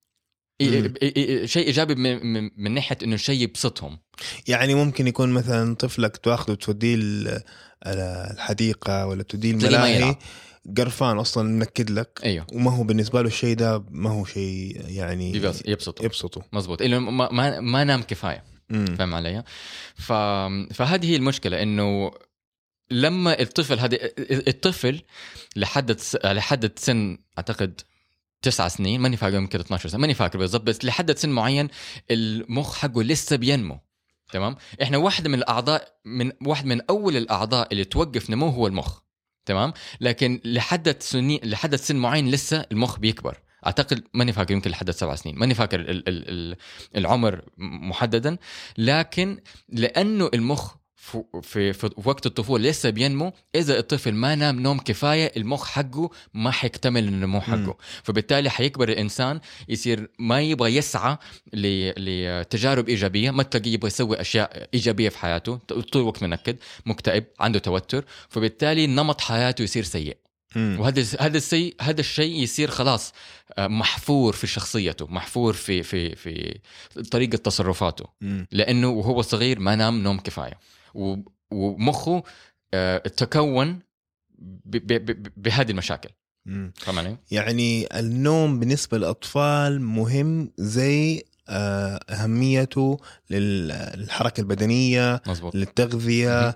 شيء ايجابي من ناحيه انه شيء يبسطهم. يعني ممكن يكون مثلا طفلك تاخذه توديه الحديقه ولا توديه الملاهي قرفان اصلا منكد لك. أيوه. وما هو بالنسبه له الشيء ده ما هو شيء يعني يبسطه. مزبوط. إنه ما نام كفايه. فاهم علي؟ فهذه هي المشكله، انه لما الطفل لحد سن اعتقد 9 سنين، ماني فاكر، يمكن 12 سنه، ماني فاكر بالضبط، بس لحد سن معين المخ حقه لسه بينمو. تمام. احنا واحد من اول الاعضاء اللي توقف نمو هو المخ. تمام. لكن لحد سن معين لسه المخ بيكبر. اعتقد ماني فاكر، يمكن لحد 7 سنين، ماني فاكر العمر محددا. لكن لانه المخ في وقت الطفولة لسه بينمو، إذا الطفل ما نام نوم كفاية المخ حقه ما حيكتمل النمو حقه. فبالتالي حيكبر الإنسان يصير ما يبغى يسعى لتجارب إيجابية، ما تلاقيه يبغى يسوي أشياء إيجابية في حياته، طول الوقت منكد، مكتئب، عنده توتر. فبالتالي نمط حياته يصير سيء. وهذا الشيء يصير خلاص محفور في شخصيته، محفور في طريقة تصرفاته، لأنه وهو صغير ما نام نوم كفاية، ومخه تكون بهذه المشاكل. يعني النوم بالنسبة للأطفال مهم زي أهميته للحركة البدنية. مزبوط. للتغذية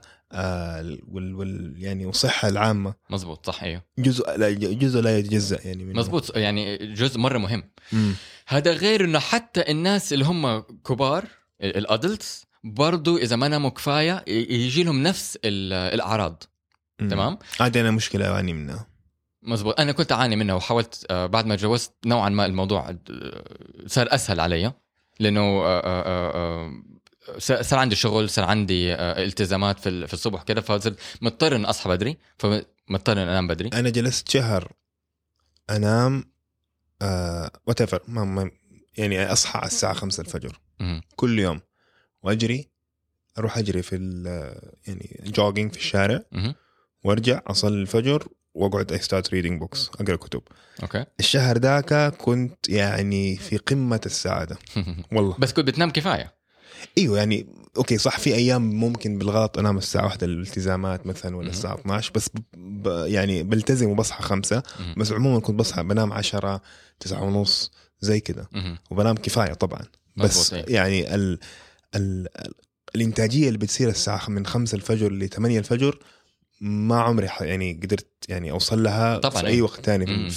يعني والصحة العامة. مزبوط. صح. ايوه. جزء لا يتجزأ يعني منه. مزبوط. يعني جزء مرة مهم. هذا غير انه حتى الناس اللي هم كبار الادلتس برضو اذا ما ناموا كفاية يجي لهم نفس الاعراض. تمام. هذه انا مشكلة اعاني منها. مزبوط. انا كنت اعاني منها، وحاولت بعد ما تجوزت نوعا ما الموضوع صار اسهل علي، لانه صار عندي شغل، صار عندي التزامات في الصبح كده، فصرت مضطر ان اصحى بدري، فمضطر ان انام بدري. انا جلست شهر انام واتفر يعني اصحى على الساعة 5 الفجر كل يوم، واجري، اروح اجري في يعني جوجينج في الشارع، وارجع اصلي الفجر واقعد استارت ريدينج بوكس، اقرا كتب. اوكي. الشهر ذاك كنت يعني في قمة السعادة والله. بس كنت بتنام كفاية؟ ايوه يعني اوكي صح، في ايام ممكن بالغلط انام الساعة 1 الالتزامات مثلا، ولا الساعة 12، بس يعني بلتزم وبصحى 5. بس عموما كنت بصحى بنام 10 9:30 زي كده، وبنام كفاية طبعا. بس يعني الانتاجية اللي بتصير الساعة من 5 الفجر ل 8 الفجر ما عمري يعني قدرت يعني اوصل لها طبعاً في اي وقت تاني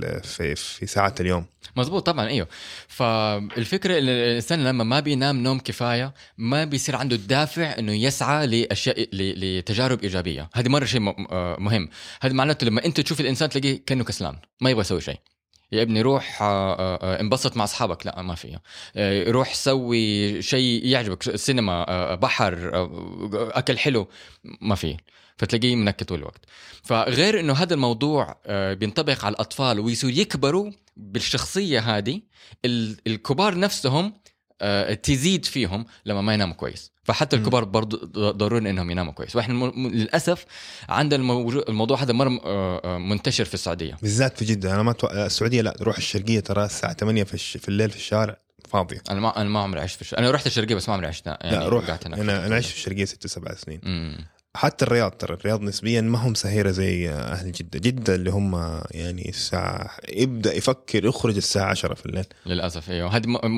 في ساعات اليوم. مزبوط. طبعا. ايوه. فالفكره ان الانسان لما ما بينام نوم كفايه ما بيصير عنده الدافع انه يسعى لاشياء لتجارب ايجابيه. هذه مره شيء مهم. هذا معناته لما انت تشوف الانسان تلاقيه كانه كسلان، ما يبغى يسوي شيء. يا ابني روح انبسط مع اصحابك، لا ما فيها. روح سوي شيء يعجبك، سينما، بحر، اكل حلو، ما فيه. فتلاقيه منكت طول الوقت. فغير انه هذا الموضوع بينطبق على الاطفال ويصير يكبروا بالشخصيه هذه، الكبار نفسهم تزيد فيهم لما ما يناموا كويس. فحتى الكبار برضو ضروري انهم يناموا كويس. واحنا للاسف عندنا الموضوع هذا مره منتشر في السعوديه، بالذات في جده. انا ما السعوديه لا، روح الشرقيه ترى الساعه 8 في الليل في الشارع فاضيه. انا ما عمري عشت انا رحت الشرقيه بس ما عمري عشت يعني. لا روح، انا عشت في الشرقيه 6-7 سنين. حتى الرياض، ترى الرياض نسبيا ما هم سهيرة زي أهل جدة اللي هم يعني الساعة يبدأ يفكر يخرج الساعة 10 في الليل. للأسف. أيوه.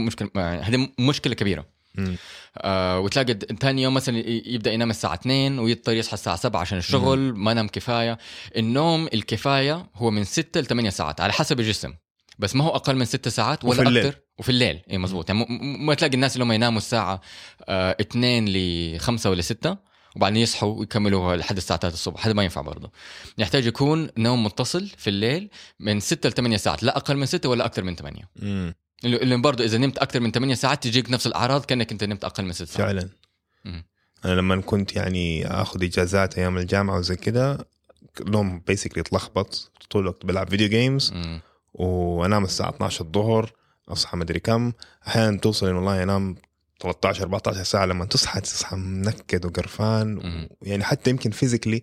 هذه مشكلة كبيرة. وتلاقي ثاني يوم مثلا يبدأ ينام الساعة 2 ويضطر يصحى الساعة 7 عشان الشغل. ما نام كفاية. النوم الكفاية هو من 6 ل8 ساعات على حسب الجسم، بس ما هو أقل من 6 ساعات ولا أكتر. وفي الليل إيه مزبوط. يعني ما تلاقي الناس اللي هم يناموا الساعة 2 ل5 ولا 6 وبعدين يصحوا ويكملوا لحد الساعة 3 الصبح. هذا ما ينفع برضه. يحتاج يكون نوم متصل في الليل من 6 ل8 ساعات، لا أقل من 6 ولا أكتر من 8. اللي برضه إذا نمت أكتر من 8 ساعات تجيك نفس الأعراض كأنك أنت نمت أقل من 6 ساعات فعلا. أنا لما كنت يعني أخذ إجازات أيام الجامعة وزي كده، نوم بيسكلي يتلخبط طول الوقت، بلعب فيديو جيمز وأنام الساعة 12 الظهر، أصحى مدري كم. أحيانا توصل إن والله أنام 13-14 ساعة. لما تصحى منكد وقرفان يعني حتى يمكن فيزيكلي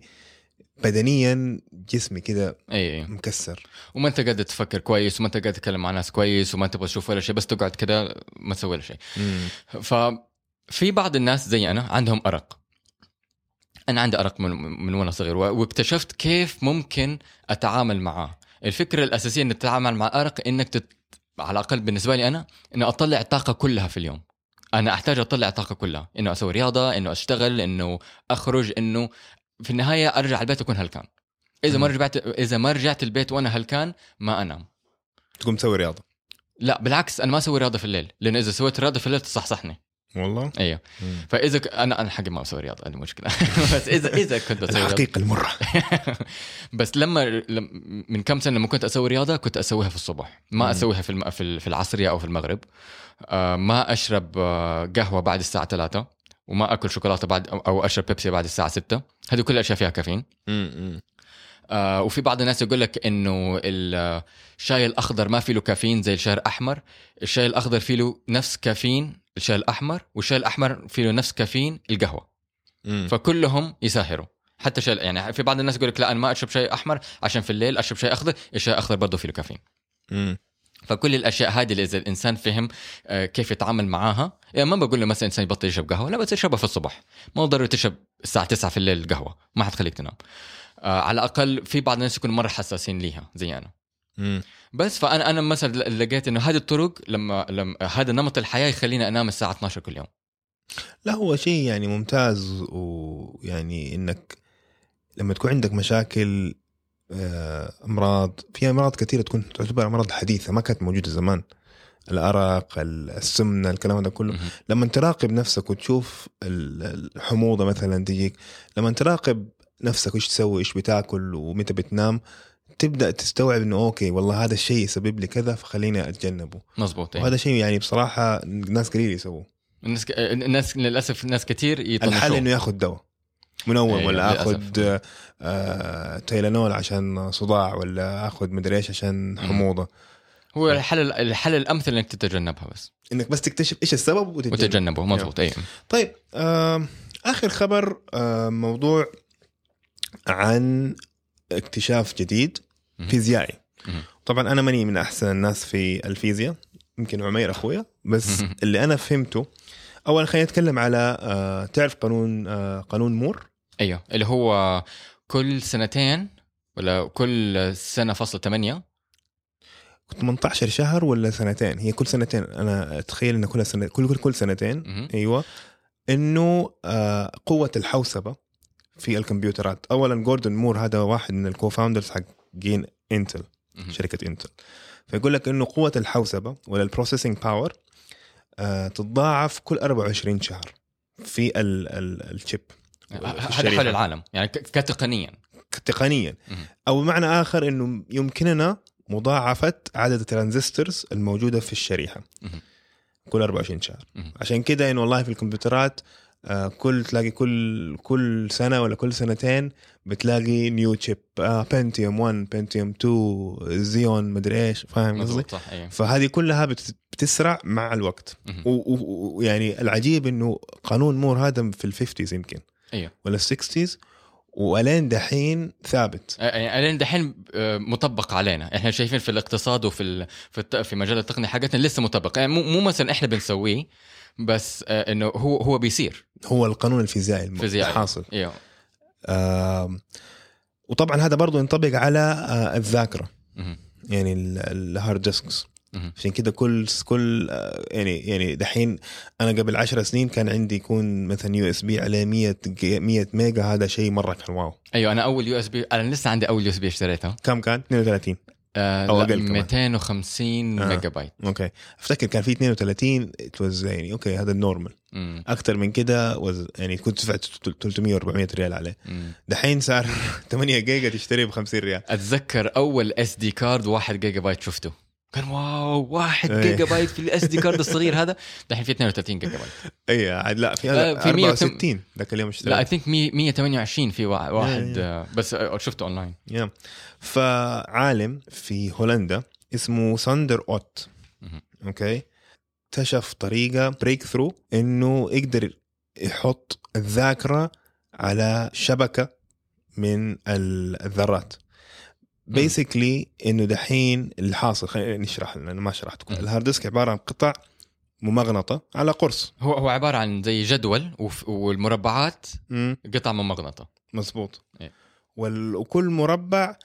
بدنيا جسمي كده مكسر، وما انت قاعد تفكر كويس، وما انت قاعد تتكلم مع ناس كويس، وما انت تبغى تشوف ولا شيء، بس تقعد كده ما تسوي ولا شيء. ففي بعض الناس زي أنا عندهم أرق. أنا عندي أرق من وأنا صغير، واكتشفت كيف ممكن أتعامل معه. الفكرة الأساسية إن تتعامل مع أرق إنك على الأقل بالنسبة لي أنا إن أطلع الطاقة كلها في اليوم. انا احتاج اطلع الطاقه كلها، انه اسوي رياضه، انه اشتغل، انه اخرج، انه في النهايه ارجع البيت اكون هلكان. اذا ما رجعت البيت وانا هلكان ما انام. تقوم تسوي رياضه؟ لا بالعكس، انا ما اسوي رياضه في الليل، لانه اذا سويت رياضه في الليل تصحصحني. والله ايوه. فاذا انا حقي ما اسوي رياضه، هذه مشكله. بس اذا كنت اسوي الحقيقه المره. بس لما من كم سنه لما كنت اسوي رياضه كنت اسويها في الصبح، ما اسويها في العصريه او في المغرب. ما اشرب قهوه بعد الساعه 3، وما اكل شوكولاته بعد، او اشرب بيبسي بعد الساعه 6. هذه كل الاشياء فيها كافيين. وفي بعض الناس يقول لك انه الشاي الاخضر ما فيه له كافيين زي الشاي الاحمر. الشاي الاخضر فيه له نفس كافيين الشاي الاحمر، والشاي الاحمر فيه له نفس كافيين القهوه. فكلهم يساهروا. حتى شاي، يعني في بعض الناس يقول لك لا انا ما اشرب شاي احمر عشان في الليل اشرب شاي اخضر. الشاي الاخضر برضه فيه له كافيين. فكل الاشياء هذه اللي اذا الانسان فهم كيف يتعامل معاها، يعني ما بقول له مثلا انسان يبطل يشرب قهوه، لا، بس يشربها في الصبح. ما ضروري تشرب الساعه 9 في الليل قهوه، ما حتخليك تنام. على الاقل في بعض الناس يكونوا مره حساسين ليها زي انا. بس فانا مثلا لقيت انه هذه الطرق لما هذا نمط الحياه يخليني انام الساعه 12 كل يوم. لا هو شيء يعني ممتاز، ويعني انك لما تكون عندك مشاكل امراض، في امراض كثيره تكون تعتبر امراض حديثه ما كانت موجوده زمان، الارق، السمنه، الكلام هذا كله. لما تراقب نفسك وتشوف الحموضه مثلا تجيك، لما تراقب نفسك ايش تسوي، ايش بتاكل، ومتى بتنام، تبدا تستوعب انه اوكي والله هذا الشيء يسبب لي كذا فخليني اتجنبه. مزبوط. وهذا شيء يعني بصراحه ناس قليل يسووه. الناس للاسف ناس كتير يطنشوا. الحل انه ياخذ دواء منوم، ولا اخذ تايلانول عشان صداع، ولا اخذ مدري ايش عشان حموضه. هو الحل الامثل انك تتجنبها، بس انك بس تكتشف ايش السبب وتتجنبه. مزبوط. اي طيب اخر خبر موضوع عن اكتشاف جديد فيزيائي. طبعا انا ماني من احسن الناس في الفيزياء، يمكن عمير اخويا، بس اللي انا فهمته اولا خلينا نتكلم على تعرف قانون مور؟ ايوه، اللي هو كل سنتين ولا كل سنه فاصلة 8 18 شهر ولا سنتين، هي كل سنتين. انا اتخيل ان كل سنه كل سنتين. ايوه، انه قوه الحوسبه في الكمبيوترات. اولا جوردن مور هذا واحد من الكوفاوندرز حقين انتل، شركه انتل. فيقول لك انه قوه الحوسبه ولا البروسيسنج باور تتضاعف كل 24 شهر في الشيب. هذا حول العالم يعني تقنيا. او بمعنى اخر انه يمكننا مضاعفه عدد الترانزستورز الموجوده في الشريحه كل 24 شهر. عشان كده انه والله في الكمبيوترات تلاقي كل سنه ولا كل سنتين بتلاقي نيو تشيب، بنتيوم 1، بنتيوم 2، زيون، مدري ايش، فاهم قصدي؟ فهذه كلها بتسرع مع الوقت. ويعني العجيب انه قانون مور هذا في ال50s يمكن، ايوه، ولا ال60s، والين دحين ثابت. يعني الين دحين مطبق علينا. احنا شايفين في الاقتصاد وفي في مجال التقنيه حاجتنا لسه مطبق، يعني مو مثلا احنا بنسويه، بس انه هو بيصير، هو القانون الفيزيائي الحاصل. ايوه. وطبعا هذا برضو ينطبق على الذاكره، يعني الهارد ديسكس. عشان كده كل يعني دحين انا قبل 10 سنين كان عندي يكون مثلا USB عليه 100 ميجا، هذا شيء مره كان واو. ايوه، انا اول USB، انا لسه عندي اول USB اشتريته. كم كان؟ 32 او اقل، 250 ميجا بايت. اوكي، افتكر كان في 32 يعني اوكي هذا النورمال. اكثر من كده يعني كنت دفعت 300 و400 ريال عليه. دحين صار 8 جيجا تشتري ب 50 ريال. اتذكر اول SD كارد 1 جيجا بايت شفته، كان واو، 1 جيجا بايت في الاس دي كارد الصغير هذا. دحين في 32 جيجا بايت. اي لا، في هذا 64 ذاك اليوم اشتريت. لا، I think 128 في واحد بس شفته اونلاين. فعالم في هولندا اسمه ساندر اوت، اوكي، اكتشف طريقه بريك ثرو انه يقدر يحط الذاكره على شبكه من الذرات. بيسيكلي انه دحين اللي حاصل، خلينا نشرح لنا، ما شرحت. الهارد ديسك عباره عن قطع ممغنطه على قرص. هو عباره عن زي جدول، والمربعات قطع ممغنطه. مزبوط. وكل مربع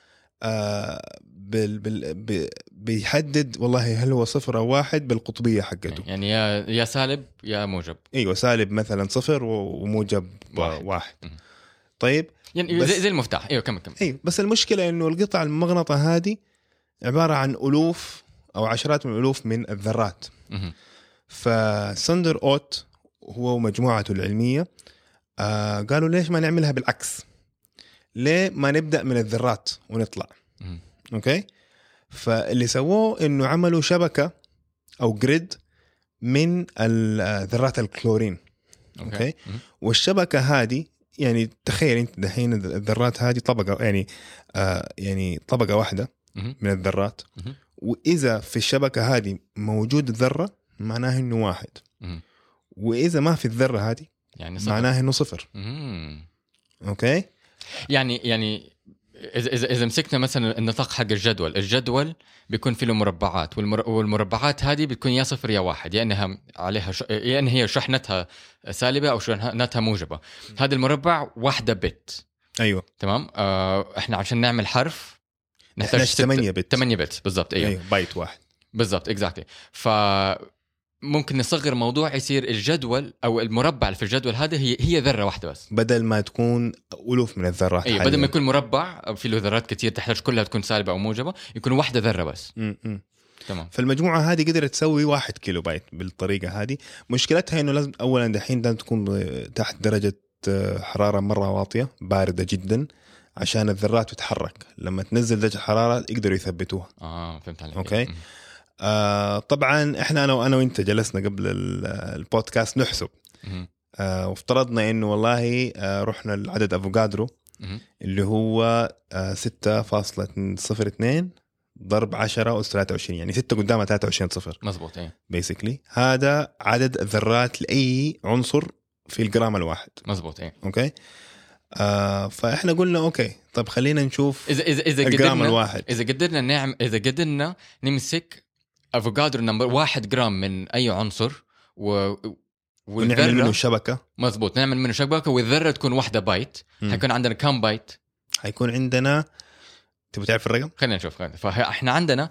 بيحدد والله هل هو 0 أو 1 بالقطبية حقته. يعني يا سالب يا موجب. ايوه سالب مثلا 0 وموجب 1. طيب يعني زي المفتاح. ايوه كمل. ايوه بس المشكله انه القطع المغناطه هذه عباره عن الوف او عشرات من الالوف من الذرات. فساندر اوت هو ومجموعته العلميه قالوا ليش ما نعملها بالعكس؟ ليه ما نبدا من الذرات ونطلع؟ اوكي. فاللي سووه انه عملوا شبكه او جريد من الذرات الكلورين. اوكي. والشبكه هذه يعني تخيل انت دحين الذرات هذه طبقه يعني طبقه واحده من الذرات، واذا في الشبكه هذه موجود ذره معناه انه 1، واذا ما في الذره هذه يعني معناه انه 0. اوكي. يعني إذا مسكنا مثلا النطاق حق الجدول بيكون فيه له مربعات، والمربعات هذه بتكون يا 0 يا 1، يعني عليها يعني هي شحنتها سالبة أو شحنتها موجبة. هذا المربع 1 بت. أيوة تمام. إحنا عشان نعمل حرف نحتاج 8 بت. 8 بت بالضبط. أيوة بايت واحد بالضبط exactly. ممكن نصغر موضوع يصير الجدول او المربع اللي في الجدول هذا هي ذره واحده بس، بدل ما تكون الوف من الذرات. اي بدل ما يكون مربع في له ذرات كتير تحتاج كلها تكون سالبه او موجبه، يكون واحده ذره بس. تمام. فالمجموعه هذه قدرت تسوي 1 كيلو بايت بالطريقه هذه. مشكلتها انه لازم اولا دحين لازم تكون تحت درجه حراره مره واطيه بارده جدا عشان الذرات تتحرك. لما تنزل درجه الحراره يقدروا يثبتوها. فهمت عليك. اوكي. طبعا احنا انا وانت جلسنا قبل البودكاست نحسب وافترضنا انه والله رحنا العدد افوغادرو اللي هو 6.02 ضرب 10 أس 23، يعني 6 قدامها 23 صفر. مزبوط. ايه بيسكلي هذا عدد الذرات لاي عنصر في الجرام الواحد. مزبوط. ايه اوكي. فاحنا قلنا اوكي طب خلينا نشوف اذا الجرام الواحد، اذا قدرنا نمسك افوغادرو نمبر 1 جرام من اي عنصر ونعمل منه شبكه. مزبوط، نعمل منه شبكه والذره تكون 1 بايت. حيكون عندنا كم بايت؟ حيكون عندنا، تبي تعرف الرقم؟ خلينا نشوف. فاحنا عندنا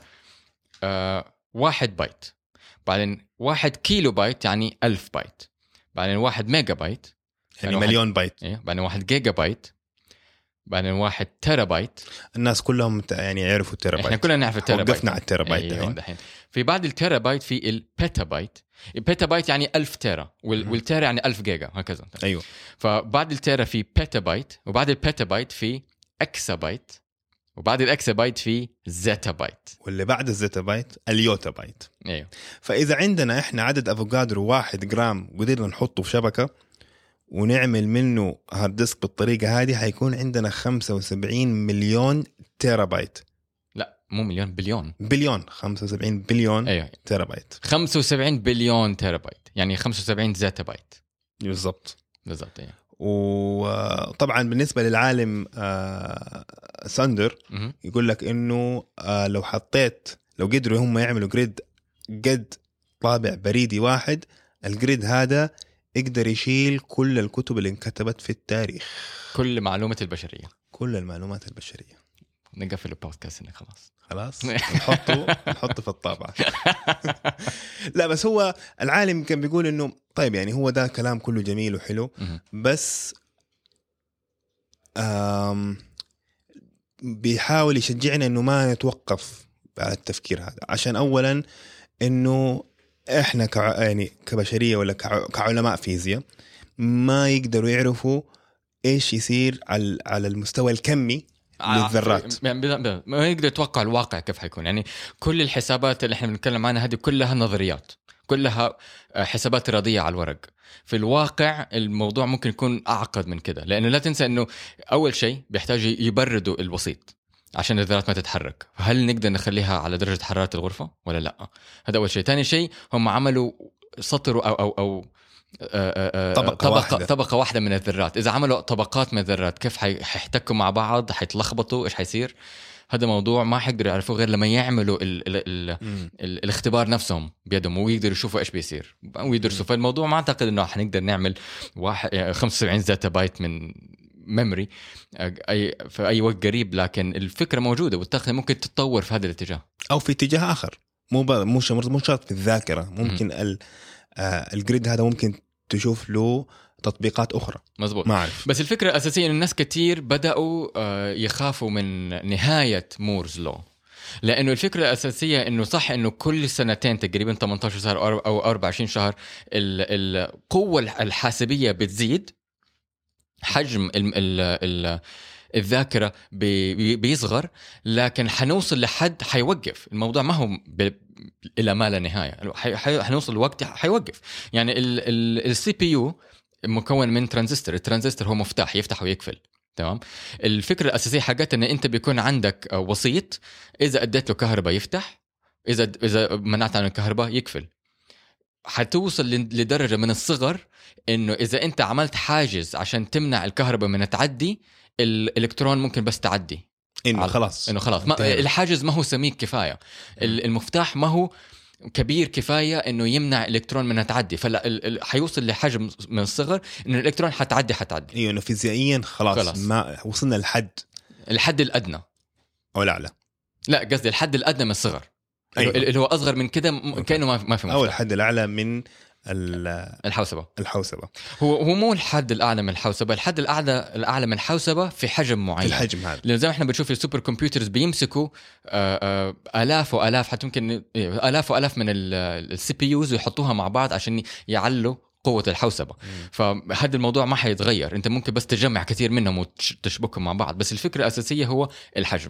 1 بايت، بعدين 1 كيلو بايت يعني 1000 بايت، بعدين 1 ميجا بايت يعني مليون بايت، بعدين 1 جيجا بايت، بعدين 1 تيرا بايت. الناس كلهم يعني يعرفوا التيرا بايت، احنا كلنا نعرف التيرا بايت. وقفنا على التيرا بايت. دحين في بعد التيرا بايت في البيتا بايت. البيتا بايت يعني 1000 تيرا والتيرا يعني 1000 جيجا هكذا. ايوه. فبعد التيرا في بيتا بايت، وبعد البيتا بايت في اكسا بايت، وبعد الاكسا بايت في زيتا بايت، واللي بعد الزيتا بايت اليوتا بايت. ايوه. فاذا عندنا احنا عدد افوغادرو 1 جرام قدرنا نحطه في شبكه ونعمل منه هارد ديسك بالطريقه هذه، حيكون عندنا 75 مليون تيرا بايت. لا مو مليون، بليون 75 بليون. أيوة. تيرا بايت. 75 بليون تيرا بايت يعني 75 زيتا بايت. بالضبط. أيوة. وطبعا بالنسبه للعالم ساندر يقول لك انه لو قدروا هم يعملوا جريد قد طابع بريدي واحد، الجريد هذا يقدر يشيل كل الكتب اللي انكتبت في التاريخ، كل المعلومات البشرية. نقفل البودكاست هنا خلاص نحطه في الطابعة. لا بس هو العالم كان بيقول انه طيب يعني هو ده كلام كله جميل وحلو، بس بيحاول يشجعنا انه ما نتوقف على التفكير هذا، عشان اولا انه احنا يعني كبشرية ولا كعلماء فيزياء ما يقدروا يعرفوا ايش يصير على المستوى الكمي للذرات. ما يقدر يتوقع الواقع كيف حيكون. يعني كل الحسابات اللي احنا بنتكلم عنها هذه كلها نظريات، كلها حسابات رياضية على الورق. في الواقع الموضوع ممكن يكون أعقد من كده، لأنه لا تنسى أنه أول شيء بيحتاج يبردوا الوسيط عشان الذرات ما تتحرك. هل نقدر نخليها على درجة حرارة الغرفة ولا لا؟ هذا أول شيء. ثاني شيء هم عملوا سطروا أو طبقة واحدة من الذرات. إذا عملوا طبقات من الذرات كيف حيحتكوا مع بعض، حيتلخبطوا، إيش حيصير؟ هذا موضوع ما حيقدروا يعرفوه غير لما يعملوا الاختبار نفسهم بيدهم ويقدروا يشوفوا إيش بيصير ويدرسوا. فالموضوع ما أعتقد إنه حنقدر نعمل 75 زيتا بايت ميموري في اي وقت قريب، لكن الفكره موجوده والتقنيه ممكن تتطور في هذا الاتجاه او في اتجاه اخر، مو شرط في الذاكره، ممكن الجريد هذا ممكن تشوف له تطبيقات اخرى. مزبوط. ما أعرف. بس الفكره الاساسيه انه الناس كتير بداوا يخافوا من نهايه مورز لو، لانه الفكره الاساسيه انه صح انه كل سنتين تقريبا 18 شهر او 24 شهر القوه الحاسبيه بتزيد، حجم الذاكره بيصغر، لكن حنوصل لحد حيوقف الموضوع، ما هو الى ما لا نهايه، حنوصل لوقت حيوقف. يعني السي بي يو مكون من ترانزستور، الترانزستور هو مفتاح يفتح ويقفل، تمام. الفكره الاساسيه حقتها ان انت بيكون عندك وسيط، اذا اديت له كهرباء يفتح، اذا منعت عنه الكهرباء يقفل. حتوصل لدرجه من الصغر انه اذا انت عملت حاجز عشان تمنع الكهرباء من تعدي، الالكترون ممكن بس تعدي، انه خلاص الحاجز ما هو سميك كفايه، المفتاح ما هو كبير كفايه انه يمنع الالكترون من تعدي، فلا حيوصل لحجم من الصغر انه الالكترون حتعدي. ايوه انه فيزيائيا خلاص ما وصلنا الحد الادنى او الاعلى. لا قصدي الحد الادنى من الصغر. أيوة. اللي هو اصغر من كده كانه ما في مفتاح. او الحد الاعلى من الحوسبه. هو مو الحد الاعلى من الحوسبه، الحد الاعلى من الحوسبه في حجم معين، في الحجم هذا. لأن زي ما احنا بنشوف السوبر كمبيوترز بيمسكوا آلاف وآلاف، حتى ممكن آلاف وآلاف من السي بي يوز ويحطوها مع بعض عشان يعلوا قوة الحوسبة. فهذا الموضوع ما حيتغير، انت ممكن بس تجمع كثير منهم وتشبكهم مع بعض، بس الفكرة الأساسية هو الحجم.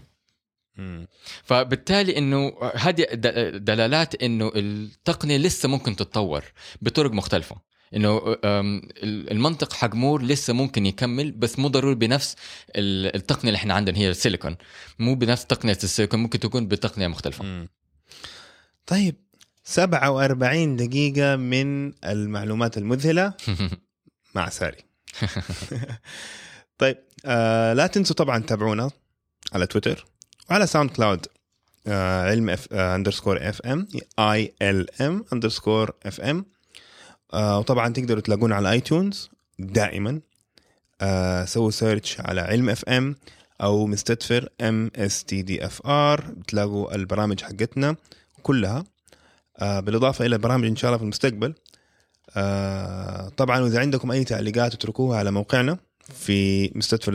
فبالتالي انه هذه دلالات انه التقنيه لسه ممكن تتطور بطرق مختلفه، انه المنطق حق مور لسه ممكن يكمل، بس مو ضروري بنفس التقنيه اللي احنا عندنا هي السيليكون، مو بنفس تقنيه السيليكون، ممكن تكون بتقنيه مختلفه. طيب 47 دقيقه من المعلومات المذهله مع ساري. طيب لا تنسوا طبعا تتابعونا على تويتر وعلى ساوند كلاود، علم _FM ILM _FM، وطبعا تقدروا تلاقونا على ايتونز دائما. سووا سيرش على علم FM او مستدفر MSTDFR، بتلاقوا البرامج حقتنا كلها، بالاضافه الى برامج ان شاء الله في المستقبل. طبعا واذا عندكم اي تعليقات اتركوها على موقعنا في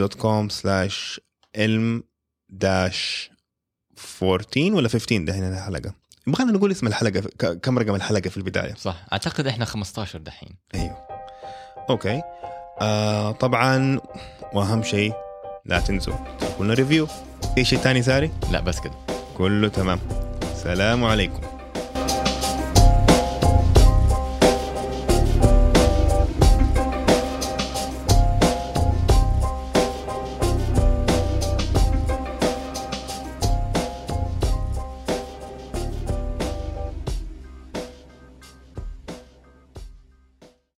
mustedfer.com/ilm-14 ولا 15. ده هنا الحلقه، بغينا نقول اسم الحلقه، كم رقم الحلقه في البدايه؟ صح، اعتقد احنا 15 دحين. ايوه اوكي. طبعا واهم شيء لا تنسوا تقولنا ريفيو. اي شيء تاني ساري؟ لا بس كده، كله تمام. سلام عليكم.